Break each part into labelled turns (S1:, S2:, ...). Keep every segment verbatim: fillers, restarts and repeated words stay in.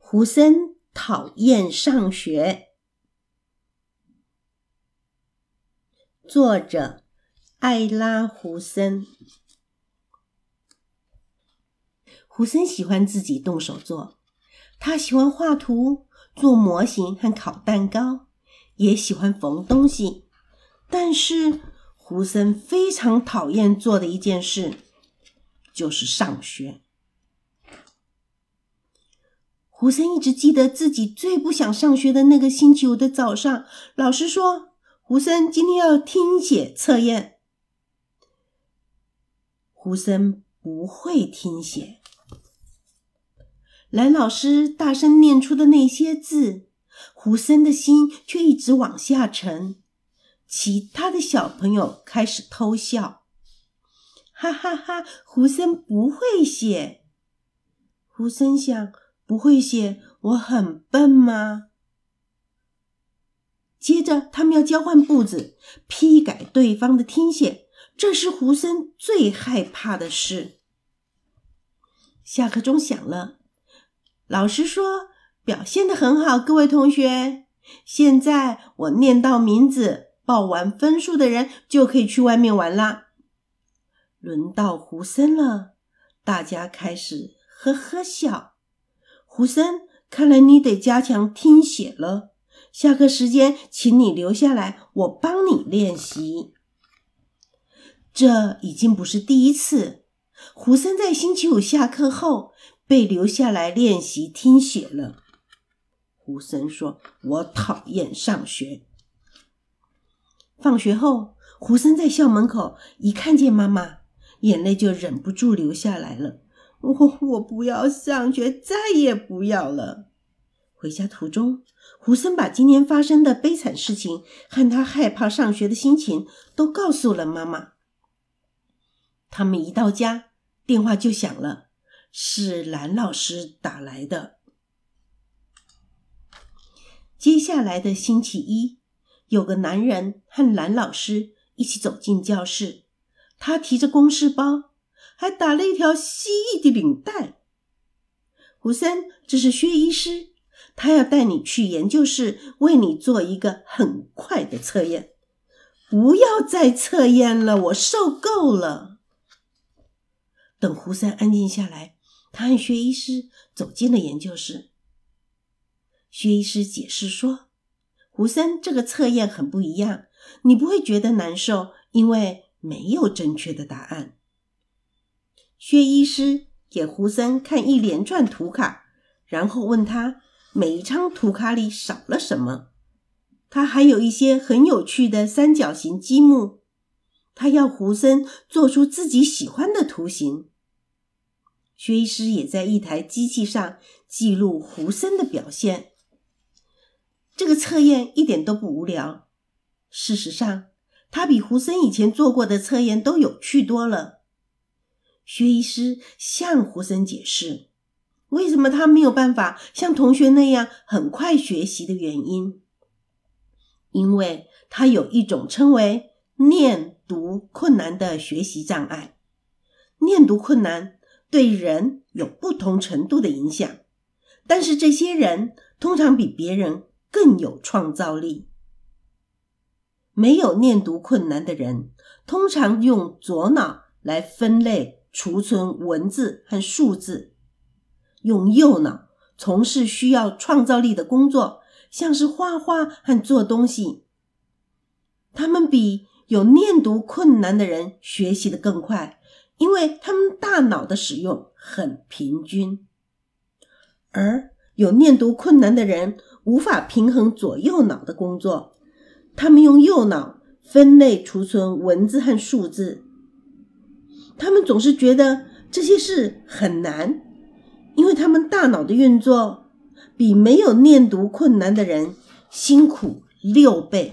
S1: 胡森讨厌上学。作者艾拉·胡森。胡森喜欢自己动手做，他喜欢画图、做模型和烤蛋糕，也喜欢缝东西。但是胡森非常讨厌做的一件事，就是上学。胡森一直记得自己最不想上学的那个星期五的早上，老师说胡森今天要听写测验。胡森不会听写，蓝老师大声念出的那些字，胡森的心却一直往下沉。其他的小朋友开始偷笑，哈哈哈，胡森不会写。胡森想，不会写，我很笨吗？接着他们要交换簿子，批改对方的听写，这是胡森最害怕的事。下课钟响了，老师说，表现得很好，各位同学。现在我念到名字，报完分数的人就可以去外面玩啦。轮到胡森了，大家开始呵呵笑。胡森，看来你得加强听写了。下课时间，请你留下来，我帮你练习。这已经不是第一次，胡森在星期五下课后被留下来练习听写了。胡森说，我讨厌上学。放学后，胡森在校门口一看见妈妈，眼泪就忍不住流下来了。我我不要上学，再也不要了。回家途中，胡森把今天发生的悲惨事情和他害怕上学的心情都告诉了妈妈。他们一到家，电话就响了，是蓝老师打来的。接下来的星期一，有个男人和蓝老师一起走进教室，他提着公事包，还打了一条蜥蜴的领带。胡森，这是薛医师，他要带你去研究室为你做一个很快的测验。不要再测验了，我受够了。等胡森安静下来，他和薛医师走进了研究室。薛医师解释说，胡森，这个测验很不一样，你不会觉得难受，因为没有正确的答案。薛医师给胡森看一连串图卡，然后问他每一张图卡里少了什么。他还有一些很有趣的三角形积木，他要胡森做出自己喜欢的图形。薛医师也在一台机器上记录胡森的表现。这个测验一点都不无聊，事实上，它比胡森以前做过的测验都有趣多了。薛医师向胡森解释，为什么他没有办法像同学那样很快学习的原因。因为他有一种称为念读困难的学习障碍。念读困难对人有不同程度的影响，但是这些人通常比别人更有创造力。没有念读困难的人，通常用左脑来分类、储存文字和数字，用右脑从事需要创造力的工作，像是画画和做东西。他们比有念读困难的人学习得更快，因为他们大脑的使用很平均。而有念读困难的人无法平衡左右脑的工作，他们用右脑分类储存文字和数字。他们总是觉得这些事很难，因为他们大脑的运作比没有念读困难的人辛苦六倍。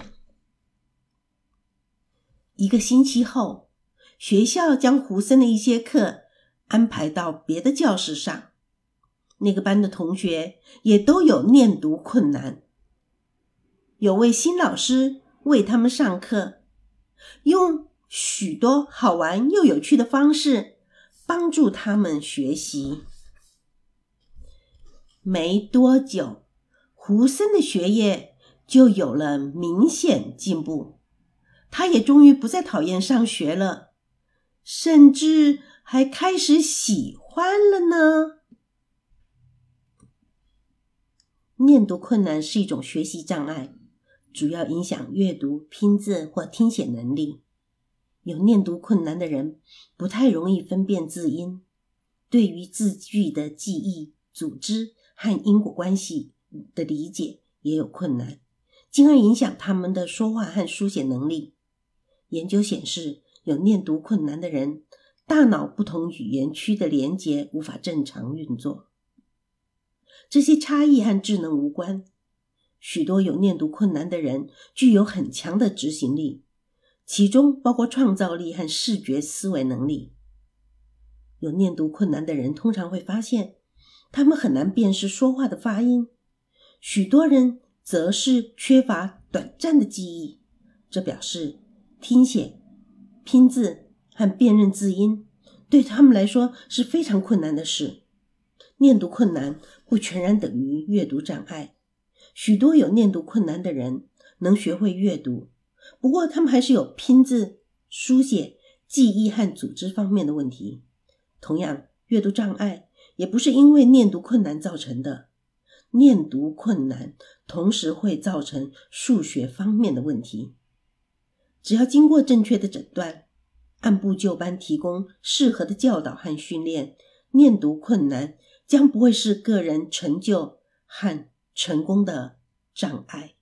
S1: 一个星期后，学校将胡森的一些课安排到别的教室上。那个班的同学也都有念读困难。有位新老师为他们上课，用许多好玩又有趣的方式帮助他们学习。 没多久，胡森的学业就有了明显进步，他也终于不再讨厌上学了，甚至还开始喜欢了呢。念读困难是一种学习障碍，主要影响阅读、拼字或听写能力。有念读困难的人不太容易分辨字音，对于字句的记忆、组织和因果关系的理解也有困难，进而影响他们的说话和书写能力。研究显示，有念读困难的人，大脑不同语言区的连结无法正常运作。这些差异和智能无关。许多有念读困难的人具有很强的执行力，其中包括创造力和视觉思维能力。有念读困难的人通常会发现，他们很难辨识说话的发音。许多人则是缺乏短暂的记忆，这表示听写、拼字和辨认字音对他们来说是非常困难的事。念读困难不全然等于阅读障碍，许多有念读困难的人能学会阅读，不过他们还是有拼字、书写、记忆和组织方面的问题。同样，阅读障碍也不是因为念读困难造成的，念读困难同时会造成数学方面的问题。只要经过正确的诊断，按部就班提供适合的教导和训练，念读困难将不会是个人成就和成功的障碍。